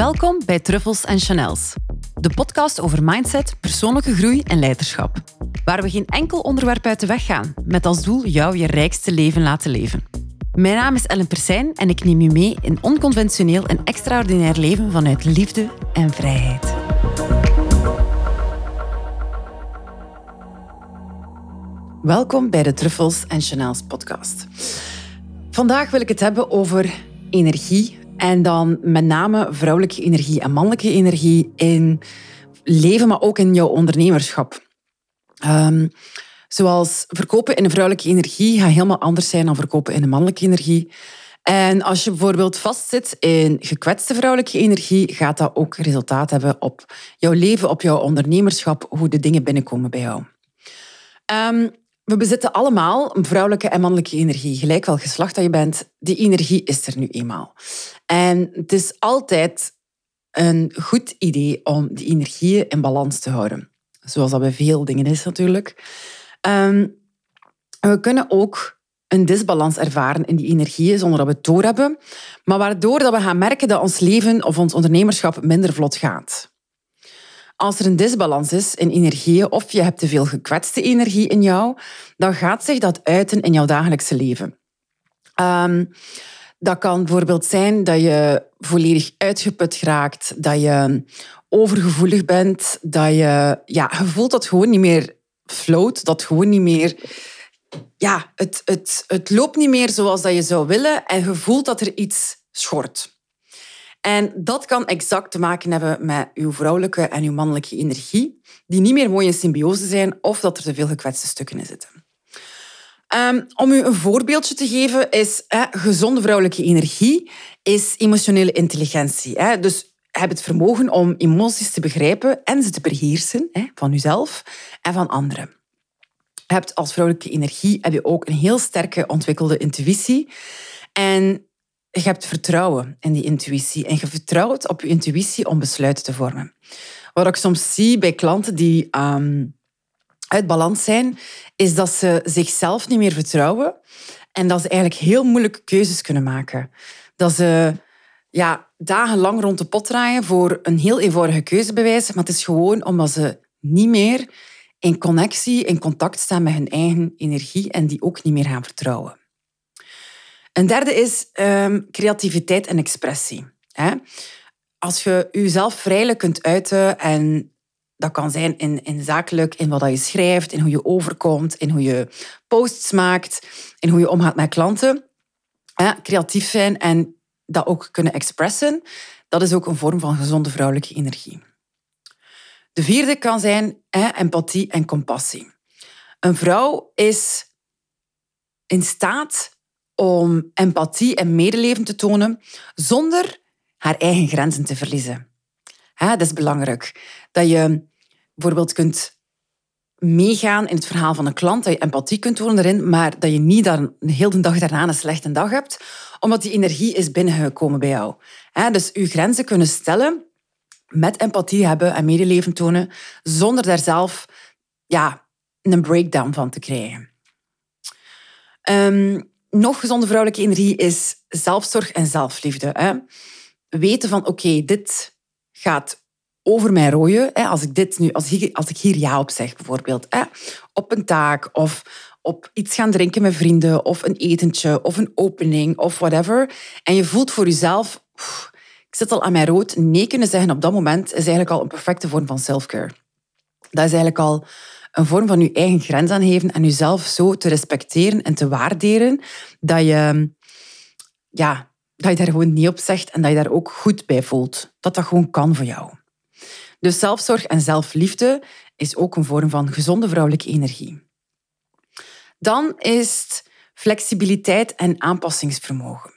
Welkom bij Truffels en Chanels, de podcast over mindset, persoonlijke groei en leiderschap. Waar we geen enkel onderwerp uit de weg gaan, met als doel jou je rijkste leven laten leven. Mijn naam is Ellen Persijn en ik neem je mee in onconventioneel en extraordinair leven vanuit liefde en vrijheid. Welkom bij de Truffels en Chanels podcast. Vandaag wil ik het hebben over energie en dan met name vrouwelijke energie en mannelijke energie in leven, maar ook in jouw ondernemerschap. Zoals verkopen in de vrouwelijke energie gaat helemaal anders zijn dan verkopen in de mannelijke energie. En als je bijvoorbeeld vastzit in gekwetste vrouwelijke energie, gaat dat ook resultaat hebben op jouw leven, op jouw ondernemerschap, hoe de dingen binnenkomen bij jou. We bezitten allemaal een vrouwelijke en mannelijke energie. Gelijk welk geslacht dat je bent, die energie is er nu eenmaal. En het is altijd een goed idee om die energieën in balans te houden. Zoals dat bij veel dingen is natuurlijk. We kunnen ook een disbalans ervaren in die energieën zonder dat we het doorhebben. Maar waardoor dat we gaan merken dat ons leven of ons ondernemerschap minder vlot gaat. Als er een disbalans is in energieën of je hebt te veel gekwetste energie in jou, dan gaat zich dat uiten in jouw dagelijkse leven. Dat kan bijvoorbeeld zijn dat je volledig uitgeput raakt, dat je overgevoelig bent, dat je voelt dat het gewoon niet meer float, dat gewoon niet meer... Ja, het loopt niet meer zoals dat je zou willen en je voelt dat er iets schort. En dat kan exact te maken hebben met uw vrouwelijke en uw mannelijke energie, die niet meer mooi in symbiose zijn of dat er te veel gekwetste stukken in zitten. Om u een voorbeeldje te geven, is gezonde vrouwelijke energie is emotionele intelligentie. Dus heb het vermogen om emoties te begrijpen en ze te beheersen van uzelf en van anderen. Als vrouwelijke energie heb je ook een heel sterke ontwikkelde intuïtie en je hebt vertrouwen in die intuïtie en je vertrouwt op je intuïtie om besluiten te vormen. Wat ik soms zie bij klanten die uit balans zijn, is dat ze zichzelf niet meer vertrouwen en dat ze eigenlijk heel moeilijke keuzes kunnen maken. Dat ze dagenlang rond de pot draaien voor een heel eenvoudige keuzebewijs, maar het is gewoon omdat ze niet meer in connectie, in contact staan met hun eigen energie en die ook niet meer gaan vertrouwen. Een derde is creativiteit en expressie. Als je jezelf vrijelijk kunt uiten, en dat kan zijn in zakelijk, in wat je schrijft, in hoe je overkomt, in hoe je posts maakt, in hoe je omgaat met klanten, creatief zijn en dat ook kunnen expressen, dat is ook een vorm van gezonde vrouwelijke energie. De vierde kan zijn empathie en compassie. Een vrouw is in staat om empathie en medeleven te tonen zonder haar eigen grenzen te verliezen. Dat is belangrijk. Dat je bijvoorbeeld kunt meegaan in het verhaal van een klant, dat je empathie kunt tonen erin, maar dat je niet dan de hele dag daarna een slechte dag hebt, omdat die energie is binnengekomen bij jou. Dus je grenzen kunnen stellen, met empathie hebben en medeleven tonen, zonder daar zelf een breakdown van te krijgen. Nog gezonde vrouwelijke energie is zelfzorg en zelfliefde. Weten van, oké, dit gaat over mijn rooien. Als ik hier ja op zeg, bijvoorbeeld. Op een taak of op iets gaan drinken met vrienden of een etentje of een opening of whatever. En je voelt voor jezelf, ik zit al aan mijn rood. Nee kunnen zeggen op dat moment is eigenlijk al een perfecte vorm van self-care. Dat is eigenlijk al een vorm van je eigen grens aangeven en jezelf zo te respecteren en te waarderen dat je daar gewoon nee op zegt en dat je daar ook goed bij voelt. Dat dat gewoon kan voor jou. Dus zelfzorg en zelfliefde is ook een vorm van gezonde vrouwelijke energie. Dan is het flexibiliteit en aanpassingsvermogen.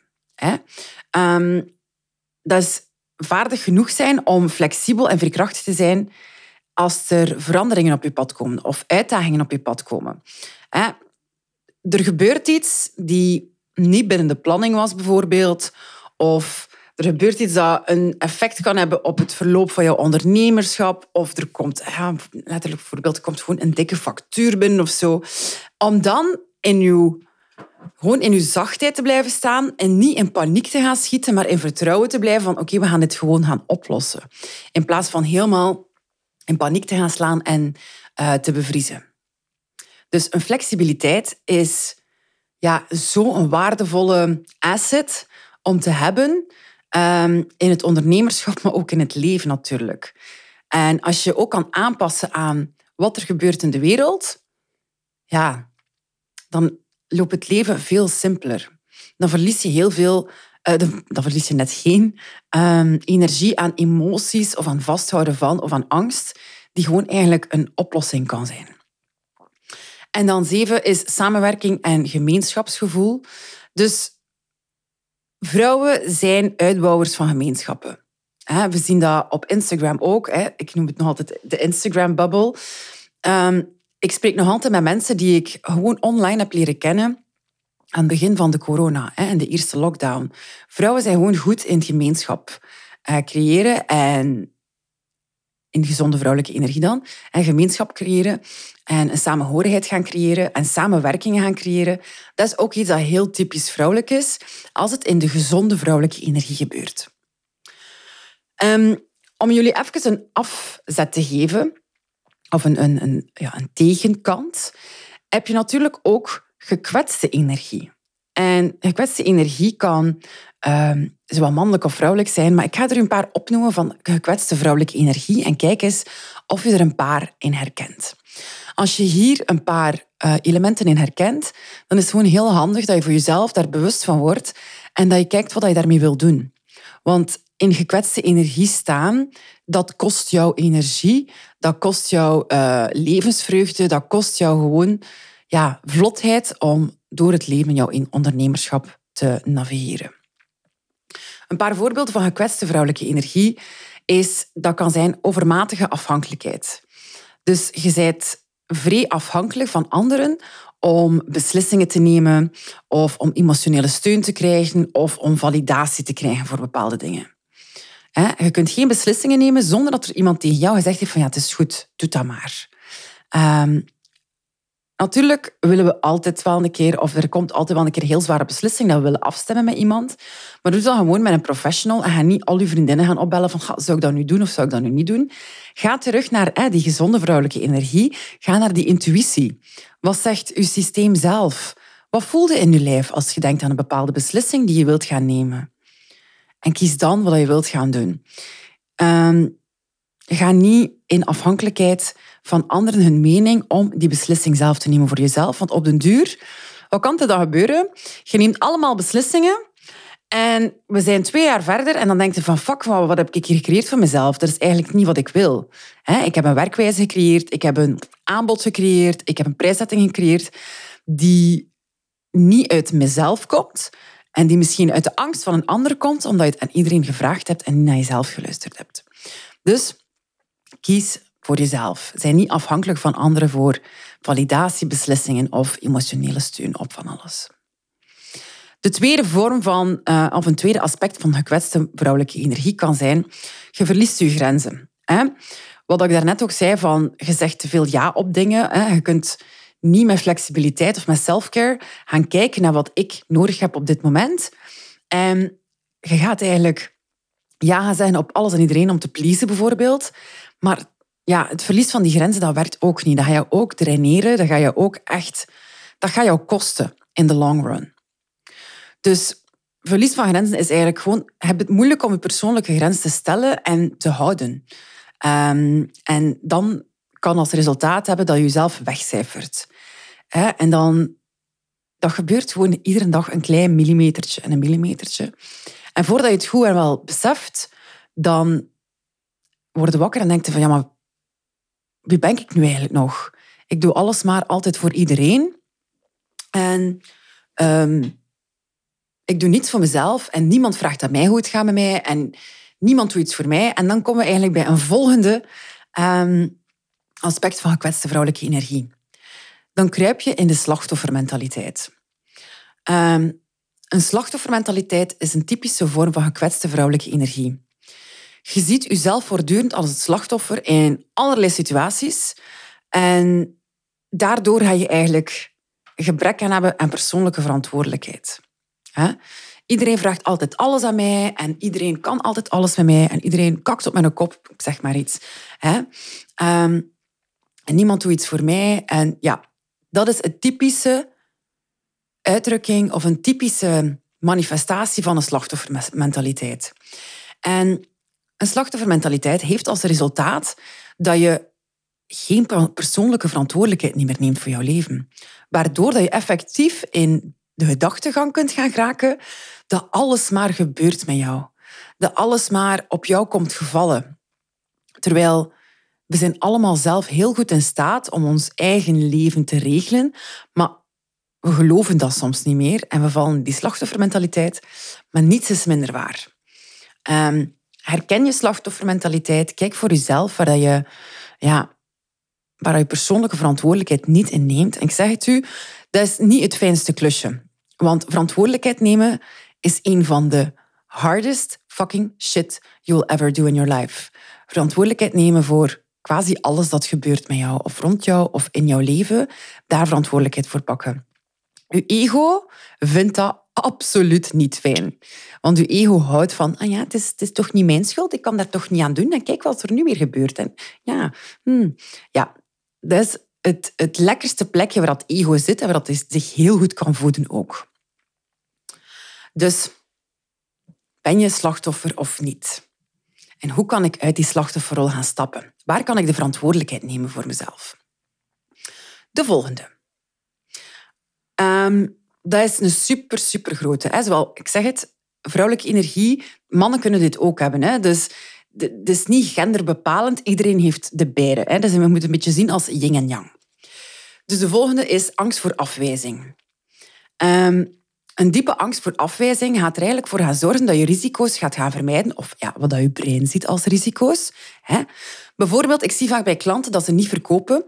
Dat is vaardig genoeg zijn om flexibel en veerkrachtig te zijn als er veranderingen op je pad komen of uitdagingen op je pad komen. Er gebeurt iets die niet binnen de planning was, bijvoorbeeld. Of er gebeurt iets dat een effect kan hebben op het verloop van jouw ondernemerschap. Of er komt, letterlijk bijvoorbeeld, er komt gewoon een dikke factuur binnen of zo. Om dan in je Gewoon in je zachtheid te blijven staan en niet in paniek te gaan schieten, maar in vertrouwen te blijven van oké, we gaan dit gewoon gaan oplossen. In plaats van helemaal in paniek te gaan slaan en te bevriezen. Dus een flexibiliteit is zo'n waardevolle asset om te hebben in het ondernemerschap, maar ook in het leven natuurlijk. En als je ook kan aanpassen aan wat er gebeurt in de wereld, dan loopt het leven veel simpeler. Dan verlies je heel veel, dan verlies je net geen energie aan emoties of aan vasthouden van of aan angst, die gewoon eigenlijk een oplossing kan zijn. En dan 7 is samenwerking en gemeenschapsgevoel. Dus vrouwen zijn uitbouwers van gemeenschappen. We zien dat op Instagram ook. Ik noem het nog altijd de Instagram-bubble. Ik spreek nog altijd met mensen die ik gewoon online heb leren kennen aan het begin van de corona en de eerste lockdown. Vrouwen zijn gewoon goed in het gemeenschap creëren en in gezonde vrouwelijke energie dan. En gemeenschap creëren en een samenhorigheid gaan creëren en samenwerkingen gaan creëren. Dat is ook iets dat heel typisch vrouwelijk is als het in de gezonde vrouwelijke energie gebeurt. Om jullie even een afzet te geven, of een tegenkant, heb je natuurlijk ook gekwetste energie. En gekwetste energie kan zowel mannelijk of vrouwelijk zijn, maar ik ga er een paar opnoemen van gekwetste vrouwelijke energie en kijk eens of je er een paar in herkent. Als je hier een paar elementen in herkent, dan is het gewoon heel handig dat je voor jezelf daar bewust van wordt en dat je kijkt wat je daarmee wil doen. Want in gekwetste energie staan, dat kost jou energie, dat kost jou levensvreugde, dat kost jou gewoon vlotheid om door het leven jouw ondernemerschap te navigeren. Een paar voorbeelden van gekwetste vrouwelijke energie dat kan zijn overmatige afhankelijkheid. Dus je bent vrij afhankelijk van anderen om beslissingen te nemen of om emotionele steun te krijgen of om validatie te krijgen voor bepaalde dingen. Je kunt geen beslissingen nemen zonder dat er iemand tegen jou gezegd heeft van het is goed, doe dat maar. Natuurlijk willen we altijd wel een keer, of er komt altijd wel een keer een heel zware beslissing dat we willen afstemmen met iemand. Maar doe dat gewoon met een professional en ga niet al je vriendinnen gaan opbellen van zou ik dat nu doen of zou ik dat nu niet doen. Ga terug naar die gezonde vrouwelijke energie. Ga naar die intuïtie. Wat zegt uw systeem zelf? Wat voel je in je lijf als je denkt aan een bepaalde beslissing die je wilt gaan nemen? En kies dan wat je wilt gaan doen. Ga niet in afhankelijkheid van anderen hun mening om die beslissing zelf te nemen voor jezelf. Want op den duur, wat kan er dan gebeuren? Je neemt allemaal beslissingen en we zijn 2 jaar verder en dan denk je van fuck, wat heb ik hier gecreëerd voor mezelf? Dat is eigenlijk niet wat ik wil. Ik heb een werkwijze gecreëerd, ik heb een aanbod gecreëerd, ik heb een prijszetting gecreëerd die niet uit mezelf komt en die misschien uit de angst van een ander komt omdat je het aan iedereen gevraagd hebt en niet naar jezelf geluisterd hebt. Dus kies voor jezelf. Zijn niet afhankelijk van anderen voor validatiebeslissingen of emotionele steun op van alles. De tweede vorm van, of een tweede aspect van gekwetste vrouwelijke energie kan zijn, je verliest je grenzen. Wat ik daarnet ook zei, van je zegt te veel ja op dingen. Je kunt niet met flexibiliteit of met selfcare gaan kijken naar wat ik nodig heb op dit moment. En je gaat eigenlijk ja gaan zeggen op alles en iedereen om te pleasen bijvoorbeeld. Maar het verlies van die grenzen, dat werkt ook niet. Dat ga je ook draineren, dat gaat jou kosten in de long run. Dus verlies van grenzen is eigenlijk gewoon, heb het moeilijk om je persoonlijke grens te stellen en te houden. En dan kan als resultaat hebben dat je jezelf wegcijfert. En dan, dat gebeurt gewoon iedere dag een klein millimetertje en een millimetertje. En voordat je het goed en wel beseft, dan word je wakker en denk je van maar wie ben ik nu eigenlijk nog? Ik doe alles maar altijd voor iedereen. En ik doe niets voor mezelf en niemand vraagt aan mij hoe het gaat met mij en niemand doet iets voor mij. En dan komen we eigenlijk bij een volgende aspect van gekwetste vrouwelijke energie. Dan kruip je in de slachtoffermentaliteit. Een slachtoffermentaliteit is een typische vorm van gekwetste vrouwelijke energie. Je ziet jezelf voortdurend als het slachtoffer in allerlei situaties. En daardoor ga je eigenlijk gebrek aan hebben aan persoonlijke verantwoordelijkheid. Iedereen vraagt altijd alles aan mij en iedereen kan altijd alles met mij en iedereen kakt op mijn kop, ik zeg maar iets. En niemand doet iets voor mij. En ja, dat is een typische uitdrukking of een typische manifestatie van een slachtoffermentaliteit. En een slachtoffermentaliteit heeft als resultaat dat je geen persoonlijke verantwoordelijkheid niet meer neemt voor jouw leven. Waardoor dat je effectief in de gedachtegang kunt gaan geraken dat alles maar gebeurt met jou. Dat alles maar op jou komt gevallen. Terwijl we zijn allemaal zelf heel goed in staat om ons eigen leven te regelen, maar we geloven dat soms niet meer en we vallen in die slachtoffermentaliteit, maar niets is minder waar. Herken je slachtoffermentaliteit, kijk voor jezelf waar je persoonlijke verantwoordelijkheid niet in neemt. En ik zeg het u, dat is niet het fijnste klusje. Want verantwoordelijkheid nemen is een van de hardest fucking shit you will ever do in your life. Verantwoordelijkheid nemen voor quasi alles dat gebeurt met jou, of rond jou, of in jouw leven, daar verantwoordelijkheid voor pakken. Uw ego vindt dat absoluut niet fijn. Want uw ego houdt van, het is toch niet mijn schuld, ik kan daar toch niet aan doen. En kijk wat er nu weer gebeurt. En dat is het lekkerste plekje waar dat ego zit en waar dat zich heel goed kan voeden ook. Dus, ben je slachtoffer of niet? En hoe kan ik uit die slachtofferrol gaan stappen? Waar kan ik de verantwoordelijkheid nemen voor mezelf? De volgende. Dat is een super grote. Zowel, ik zeg het, vrouwelijke energie, mannen kunnen dit ook hebben. Hè? Dus het is niet genderbepalend, iedereen heeft de beide. Dus we moeten het een beetje zien als yin en yang. Dus de volgende is angst voor afwijzing. Een diepe angst voor afwijzing gaat er eigenlijk voor gaan zorgen dat je risico's gaat gaan vermijden, of wat je brein ziet als risico's. Bijvoorbeeld, ik zie vaak bij klanten dat ze niet verkopen,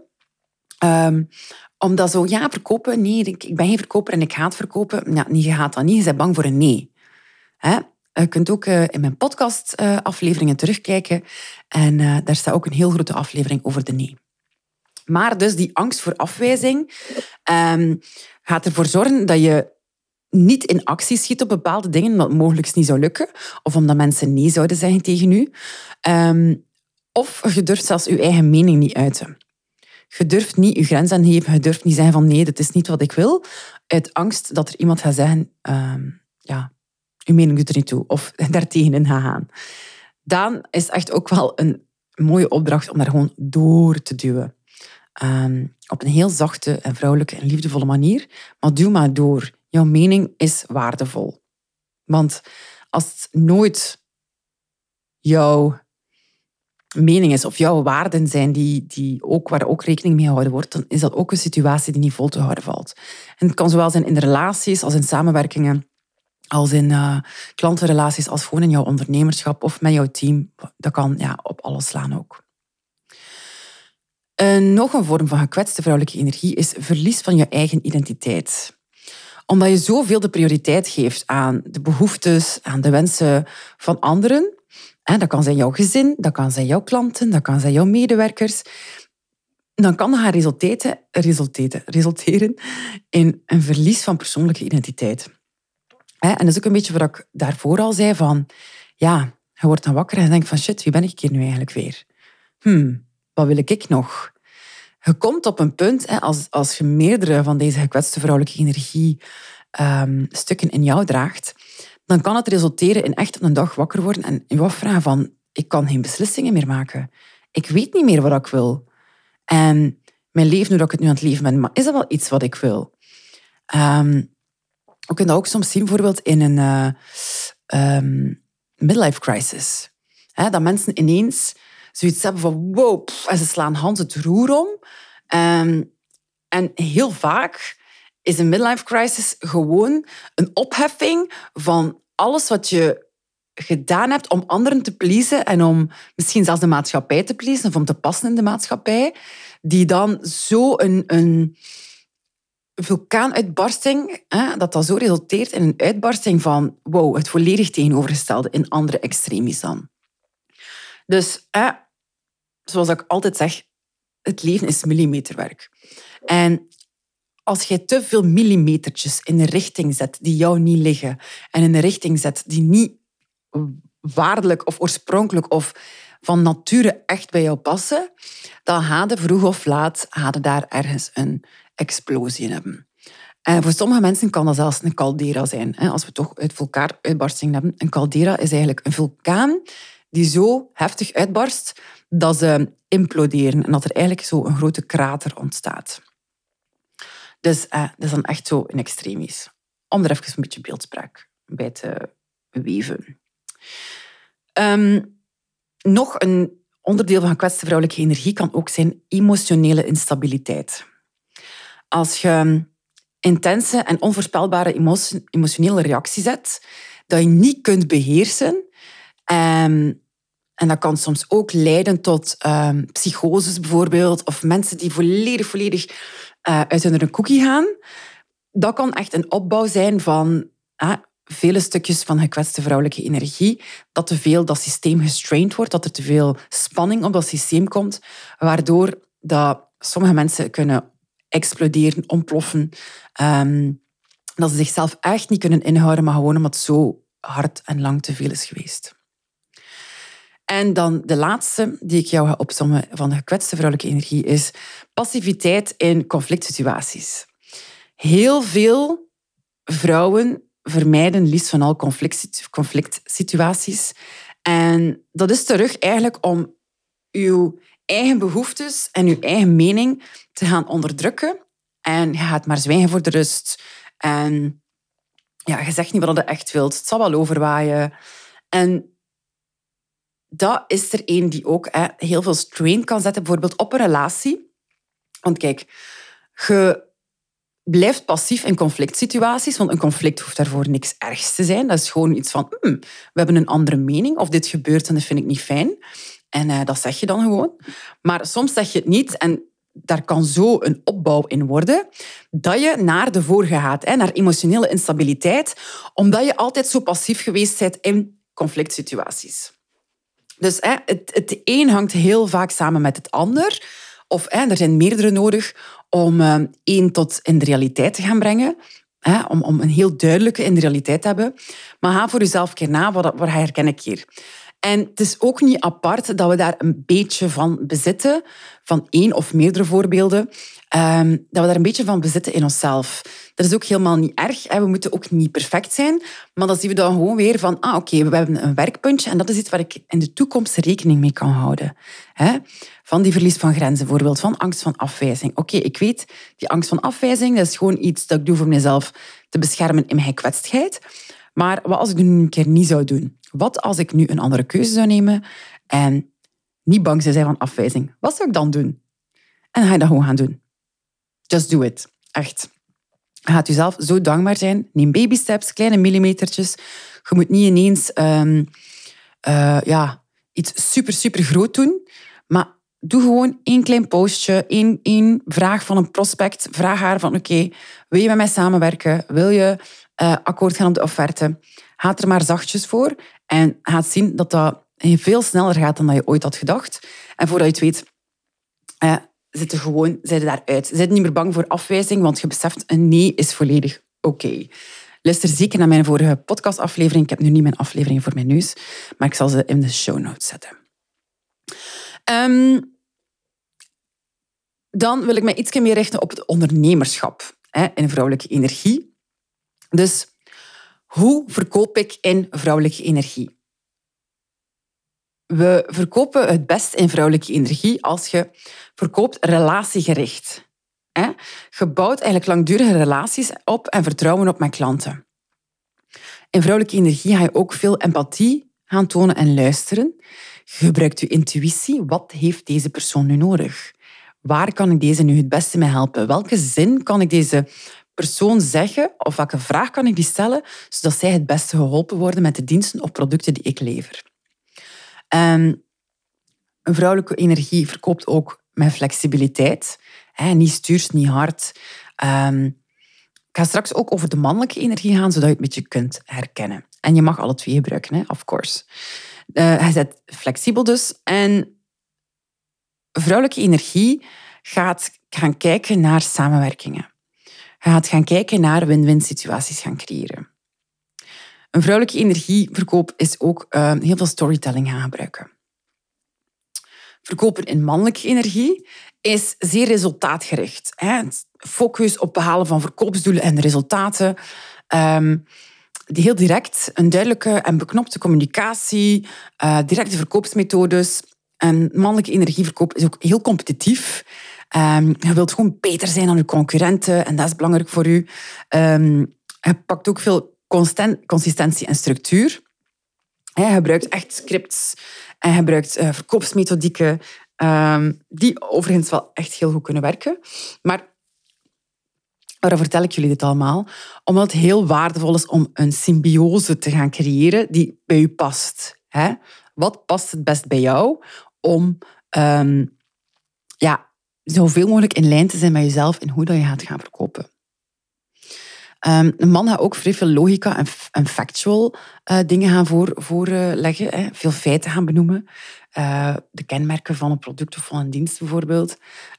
omdat zo, verkopen, nee, ik ben geen verkoper en ik ga het verkopen. Ja, je gaat dat niet, je bent bang voor een nee. Je kunt ook in mijn podcast-afleveringen terugkijken en daar staat ook een heel grote aflevering over de nee. Maar dus die angst voor afwijzing gaat ervoor zorgen dat je niet in actie schiet op bepaalde dingen, omdat het mogelijk niet zou lukken, of omdat mensen nee zouden zeggen tegen u. Of je durft zelfs je eigen mening niet uiten. Je durft niet je grens aangeven, je durft niet zeggen van nee, dat is niet wat ik wil, uit angst dat er iemand gaat zeggen, je mening doet er niet toe, of daartegenin gaat gaan. Dan is echt ook wel een mooie opdracht om daar gewoon door te duwen. Op een heel zachte en vrouwelijke en liefdevolle manier, maar duw maar door. Jouw mening is waardevol. Want als het nooit jouw mening is of jouw waarden zijn waar ook rekening mee gehouden wordt, dan is dat ook een situatie die niet vol te houden valt. En het kan zowel zijn in de relaties als in samenwerkingen, als in klantenrelaties, als gewoon in jouw ondernemerschap of met jouw team. Dat kan op alles slaan ook. Nog een vorm van gekwetste vrouwelijke energie is verlies van je eigen identiteit. Omdat je zoveel de prioriteit geeft aan de behoeftes, aan de wensen van anderen. Dat kan zijn jouw gezin, dat kan zijn jouw klanten, dat kan zijn jouw medewerkers. Dan kan dat gaan resulteren in een verlies van persoonlijke identiteit. En dat is ook een beetje wat ik daarvoor al zei van, je wordt dan wakker en denkt van shit, wie ben ik hier nu eigenlijk weer? Wat wil ik nog? Je komt op een punt, als je meerdere van deze gekwetste vrouwelijke energie stukken in jou draagt, dan kan het resulteren in echt op een dag wakker worden en je afvragen van, ik kan geen beslissingen meer maken. Ik weet niet meer wat ik wil. En mijn leven, hoe ik het nu aan het leven ben, maar is dat wel iets wat ik wil? We kunnen dat ook soms zien, bijvoorbeeld in een midlife crisis. Dat mensen ineens zoiets hebben van wow, en ze slaan Hans het roer om. En heel vaak is een midlife crisis gewoon een opheffing van alles wat je gedaan hebt om anderen te pleasen en om misschien zelfs de maatschappij te pleasen of om te passen in de maatschappij, die dan zo een vulkaanuitbarsting, dat zo resulteert in een uitbarsting van wow, het volledig tegenovergestelde in andere extremis dan. Dus, zoals ik altijd zeg, het leven is millimeterwerk. En als jij te veel millimetertjes in een richting zet die jou niet liggen en in een richting zet die niet waarlijk of oorspronkelijk of van nature echt bij jou passen, dan ga je vroeg of laat daar ergens een explosie in hebben. En voor sommige mensen kan dat zelfs een caldera zijn. Als we toch uit vulkaanuitbarsting hebben. Een caldera is eigenlijk een vulkaan die zo heftig uitbarst dat ze imploderen en dat er eigenlijk zo een grote krater ontstaat. Dus dat is dan echt zo een extremis. Om er even een beetje beeldspraak bij te weven. Nog een onderdeel van gekwetste vrouwelijke energie kan ook zijn emotionele instabiliteit. Als je intense en onvoorspelbare emotionele reacties hebt, dat je niet kunt beheersen. En dat kan soms ook leiden tot psychoses bijvoorbeeld, of mensen die volledig uit hun cookie gaan. Dat kan echt een opbouw zijn van vele stukjes van gekwetste vrouwelijke energie, dat te veel dat systeem gestrained wordt, dat er te veel spanning op dat systeem komt, waardoor dat sommige mensen kunnen exploderen, ontploffen, dat ze zichzelf echt niet kunnen inhouden, maar gewoon omdat het zo hard en lang te veel is geweest. En dan de laatste die ik jou ga opsommen van de gekwetste vrouwelijke energie is passiviteit in conflict situaties. Heel veel vrouwen vermijden liefst van al conflict situaties. En dat is terug eigenlijk om uw eigen behoeftes en uw eigen mening te gaan onderdrukken. En je gaat maar zwijgen voor de rust. En ja, je zegt niet wat je echt wilt. Het zal wel overwaaien. En dat is er een die ook heel veel strain kan zetten, bijvoorbeeld op een relatie. Want kijk, je blijft passief in conflict situaties, want een conflict hoeft daarvoor niks ergs te zijn. Dat is gewoon iets van, we hebben een andere mening, of dit gebeurt en dat vind ik niet fijn. En dat zeg je dan gewoon. Maar soms zeg je het niet en daar kan zo een opbouw in worden dat je naar de vorige gaat, naar emotionele instabiliteit, omdat je altijd zo passief geweest bent in conflict situaties. Dus het een hangt heel vaak samen met het ander. Of er zijn meerdere nodig om één tot in de realiteit te gaan brengen. Om een heel duidelijke in de realiteit te hebben. Maar ga voor jezelf een keer na, wat herken ik hier? En het is ook niet apart dat we daar een beetje van bezitten, van één of meerdere voorbeelden, dat we daar een beetje van bezitten in onszelf. Dat is ook helemaal niet erg. We moeten ook niet perfect zijn. Maar dan zien we dan gewoon weer van, oké, we hebben een werkpuntje en dat is iets waar ik in de toekomst rekening mee kan houden. Van die verlies van grenzen, bijvoorbeeld, van angst van afwijzing. Oké, ik weet, die angst van afwijzing, dat is gewoon iets dat ik doe voor mezelf te beschermen in mijn gekwetstheid. Maar wat als ik het nu een keer niet zou doen? Wat als ik nu een andere keuze zou nemen en niet bang zou zijn van afwijzing? Wat zou ik dan doen? En dan ga je dat gewoon gaan doen. Just do it. Echt. Je gaat jezelf zo dankbaar zijn. Neem baby steps, kleine millimetertjes. Je moet niet ineens iets super groot doen. Maar doe gewoon één klein postje, één vraag van een prospect. Vraag haar van, oké, wil je met mij samenwerken? Wil je akkoord gaan op de offerte? Ga er maar zachtjes voor en gaat zien dat dat veel sneller gaat dan dat je ooit had gedacht. En voordat je het weet, zijn je daaruit. Zijn niet meer bang voor afwijzing, want je beseft, een nee is volledig oké. Luister zeker naar mijn vorige podcastaflevering. Ik heb nu niet mijn aflevering voor mijn neus, maar ik zal ze in de show notes zetten. Dan wil ik mij iets meer richten op het ondernemerschap in vrouwelijke energie. Dus hoe verkoop ik in vrouwelijke energie? We verkopen het best in vrouwelijke energie als je verkoopt relatiegericht. Je bouwt eigenlijk langdurige relaties op en vertrouwen op met klanten. In vrouwelijke energie ga je ook veel empathie gaan tonen en luisteren. Je gebruikt je intuïtie. Wat heeft deze persoon nu nodig? Waar kan ik deze nu het beste mee helpen? Welke zin kan ik deze persoon zeggen of welke vraag kan ik die stellen zodat zij het beste geholpen worden met de diensten of producten die ik lever? Een vrouwelijke energie verkoopt ook met flexibiliteit. Niet stuurs, niet hard. Ik ga straks ook over de mannelijke energie gaan, zodat je het een beetje kunt herkennen. En je mag alle twee gebruiken, of course. Hij bent flexibel dus. En vrouwelijke energie gaat gaan kijken naar samenwerkingen. Je gaat gaan kijken naar win-win situaties gaan creëren. Een vrouwelijke energieverkoop is ook heel veel storytelling gaan gebruiken. Verkopen in mannelijke energie is zeer resultaatgericht. Focus op behalen van verkoopsdoelen en resultaten. Heel direct, een duidelijke en beknopte communicatie, directe verkoopsmethodes. En mannelijke energieverkoop is ook heel competitief. Je wilt gewoon beter zijn dan je concurrenten en dat is belangrijk voor u. Je pakt ook veel consistentie en structuur. Je gebruikt echt scripts en je gebruikt verkoopsmethodieken die overigens wel echt heel goed kunnen werken. Maar waarom vertel ik jullie dit allemaal? Omdat het heel waardevol is om een symbiose te gaan creëren die bij u past. Wat past het best bij jou om zoveel mogelijk in lijn te zijn met jezelf en hoe dat je gaat gaan verkopen? Een man gaat ook vrij veel logica en factual dingen gaan voorleggen. Veel feiten gaan benoemen. De kenmerken van een product of van een dienst bijvoorbeeld.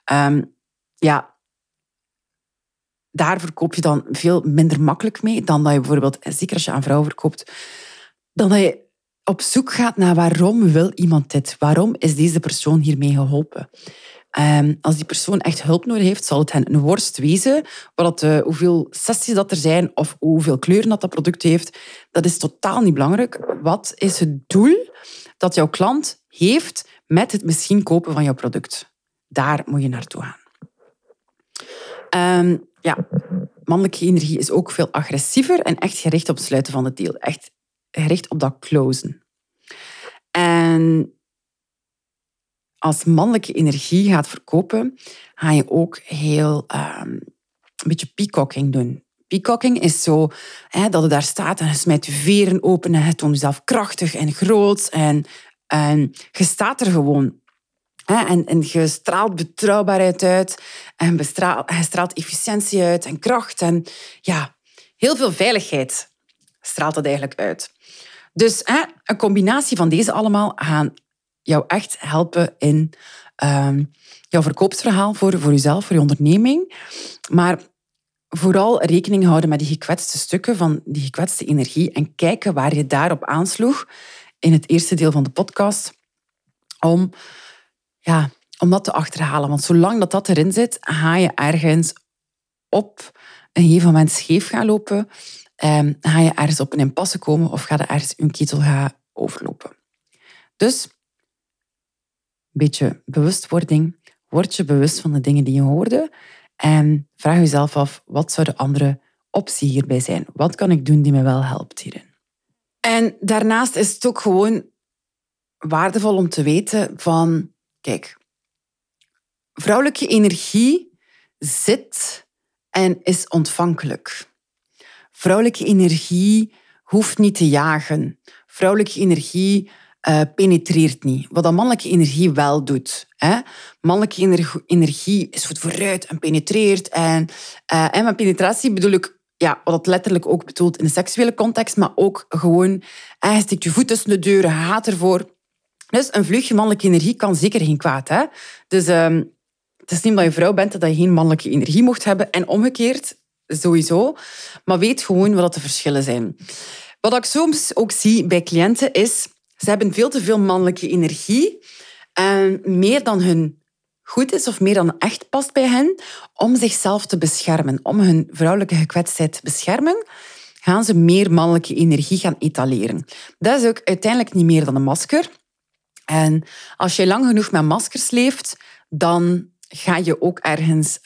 Daar verkoop je dan veel minder makkelijk mee dan dat je bijvoorbeeld, zeker als je aan vrouwen verkoopt, dan dat je op zoek gaat naar waarom wil iemand dit? Waarom is deze persoon hiermee geholpen? Als die persoon echt hulp nodig heeft, zal het hen een worst wezen. Hoeveel sessies dat er zijn of hoeveel kleuren dat product heeft, dat is totaal niet belangrijk. Wat is het doel dat jouw klant heeft met het misschien kopen van jouw product? Daar moet je naartoe gaan. Mannelijke energie is ook veel agressiever en echt gericht op het sluiten van het deal. Echt gericht op dat closen. En als mannelijke energie gaat verkopen, ga je ook heel een beetje peacocking doen. Peacocking is zo dat je daar staat en je smijt je veren open en je toont jezelf krachtig en groot en je staat er gewoon. En je straalt betrouwbaarheid uit en je straalt efficiëntie uit en kracht en heel veel veiligheid straalt dat eigenlijk uit. Dus een combinatie van deze allemaal gaan jou echt helpen in jouw verkoopsverhaal voor jezelf, voor je onderneming. Maar vooral rekening houden met die gekwetste stukken van die gekwetste energie en kijken waar je daarop aansloeg in het eerste deel van de podcast om dat te achterhalen. Want zolang dat erin zit, ga je ergens op een gegeven moment scheef gaan lopen. Ga je ergens op een impasse komen of ga je ergens een ketel gaan overlopen. Dus een beetje bewustwording. Word je bewust van de dingen die je hoorde en vraag jezelf af, wat zou de andere optie hierbij zijn? Wat kan ik doen die me wel helpt hierin? En daarnaast is het ook gewoon waardevol om te weten van, kijk, vrouwelijke energie zit en is ontvankelijk. Vrouwelijke energie hoeft niet te jagen. Vrouwelijke energie penetreert niet. Wat dat mannelijke energie wel doet. Mannelijke energie is vooruit en penetreert. En met penetratie bedoel ik wat het letterlijk ook bedoelt in de seksuele context, maar ook gewoon, je steekt je voet tussen de deuren, je gaat ervoor. Dus een vleugje mannelijke energie kan zeker geen kwaad. Dus het is niet omdat je vrouw bent dat je geen mannelijke energie mocht hebben. En omgekeerd, sowieso. Maar weet gewoon wat de verschillen zijn. Wat ik soms ook zie bij cliënten is, ze hebben veel te veel mannelijke energie. En meer dan hun goed is of meer dan echt past bij hen, om zichzelf te beschermen, om hun vrouwelijke gekwetstheid te beschermen, gaan ze meer mannelijke energie gaan etaleren. Dat is ook uiteindelijk niet meer dan een masker. En als je lang genoeg met maskers leeft, dan ga je ook ergens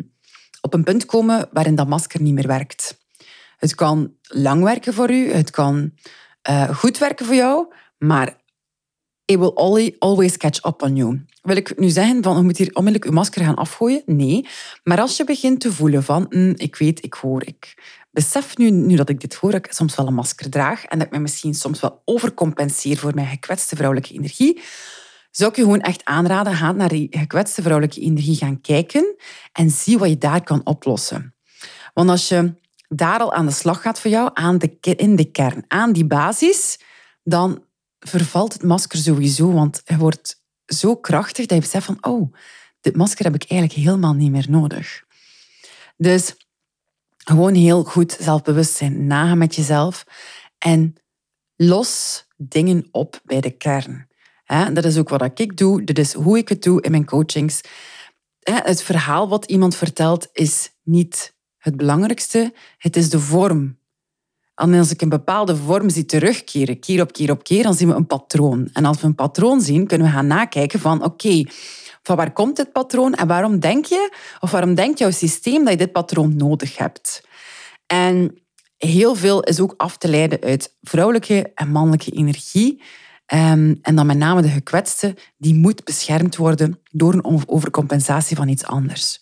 op een punt komen waarin dat masker niet meer werkt. Het kan lang werken voor u, het kan goed werken voor jou, maar it will always catch up on you. Wil ik nu zeggen van je moet hier onmiddellijk je masker gaan afgooien? Nee. Maar als je begint te voelen van ik weet, ik hoor, ik besef nu dat ik dit hoor, dat ik soms wel een masker draag en dat ik me misschien soms wel overcompenseer voor mijn gekwetste vrouwelijke energie, zou ik je gewoon echt aanraden, ga naar die gekwetste vrouwelijke energie gaan kijken en zie wat je daar kan oplossen. Want als je daar al aan de slag gaat voor jou, in de kern, aan die basis, dan vervalt het masker sowieso, want je wordt zo krachtig dat je beseft van dit masker heb ik eigenlijk helemaal niet meer nodig. Dus Gewoon heel goed zelfbewustzijn nagaan met jezelf. En los dingen op bij de kern. Dat is ook wat ik doe. Dat is hoe ik het doe in mijn coachings. Het verhaal wat iemand vertelt is niet het belangrijkste. Het is de vorm. En als ik een bepaalde vorm zie terugkeren, keer op keer, dan zien we een patroon. En als we een patroon zien, kunnen we gaan nakijken van oké, van waar komt dit patroon en waarom denk je, of waarom denkt jouw systeem dat je dit patroon nodig hebt? En heel veel is ook af te leiden uit vrouwelijke en mannelijke energie. En dan met name de gekwetste, die moet beschermd worden door een overcompensatie van iets anders.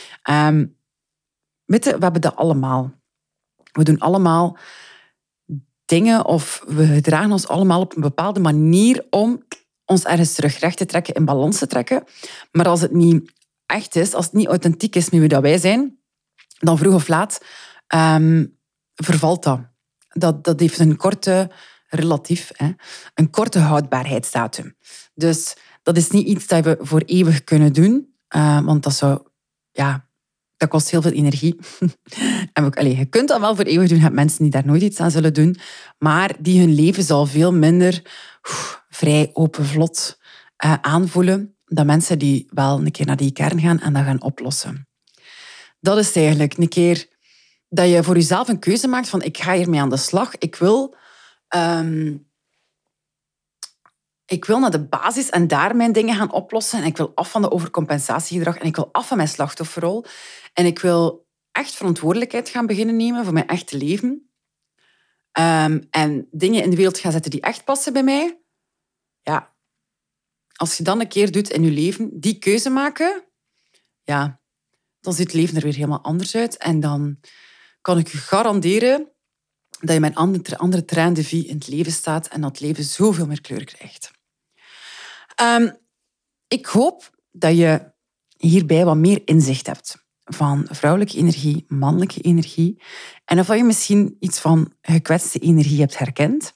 Weet je, we hebben dat allemaal. We doen allemaal dingen of we gedragen ons allemaal op een bepaalde manier om ons ergens terug recht te trekken, in balans te trekken. Maar als het niet echt is, als het niet authentiek is met wie dat wij zijn, dan vroeg of laat vervalt dat. Dat heeft een korte, relatief, een korte houdbaarheidsdatum. Dus dat is niet iets dat we voor eeuwig kunnen doen, want dat kost heel veel energie. En je kunt dat wel voor eeuwig doen. Je hebt mensen die daar nooit iets aan zullen doen. Maar die hun leven zal veel minder vrij, open, vlot aanvoelen dan mensen die wel een keer naar die kern gaan en dat gaan oplossen. Dat is eigenlijk een keer dat je voor jezelf een keuze maakt van ik ga hiermee aan de slag. Ik wil naar de basis en daar mijn dingen gaan oplossen. En ik wil af van de overcompensatiegedrag. En ik wil af van mijn slachtofferrol. En ik wil echt verantwoordelijkheid gaan beginnen nemen voor mijn echte leven. En dingen in de wereld gaan zetten die echt passen bij mij. Ja, als je dan een keer doet in je leven, die keuze maken, ja, dan ziet het leven er weer helemaal anders uit. En dan kan ik je garanderen dat je met een andere train de vie in het leven staat en dat het leven zoveel meer kleur krijgt. Ik hoop dat je hierbij wat meer inzicht hebt van vrouwelijke energie, mannelijke energie. En of je misschien iets van gekwetste energie hebt herkend.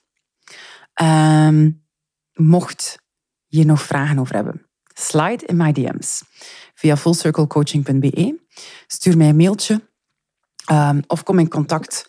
Mocht je nog vragen over hebben, slide in my DM's via fullcirclecoaching.be. Stuur mij een mailtje of kom in contact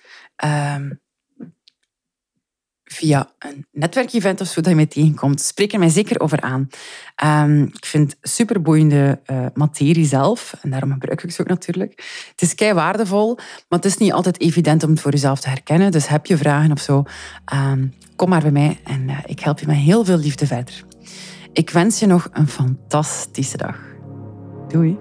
via een netwerkevent of zo dat je mij tegenkomt. Spreek er mij zeker over aan. Ik vind het superboeiende materie zelf. En daarom gebruik ik ze ook natuurlijk. Het is kei waardevol, maar het is niet altijd evident om het voor jezelf te herkennen. Dus heb je vragen of zo, kom maar bij mij en ik help je met heel veel liefde verder. Ik wens je nog een fantastische dag. Doei.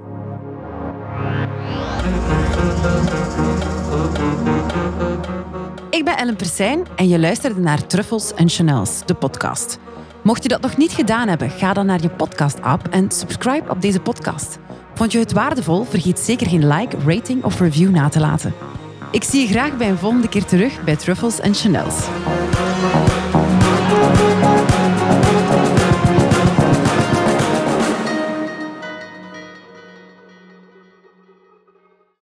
Ik ben Ellen Persijn en je luisterde naar Truffles en Chanels, de podcast. Mocht je dat nog niet gedaan hebben, ga dan naar je podcast-app en subscribe op deze podcast. Vond je het waardevol? Vergeet zeker geen like, rating of review na te laten. Ik zie je graag bij een volgende keer terug bij Truffles en Chanels.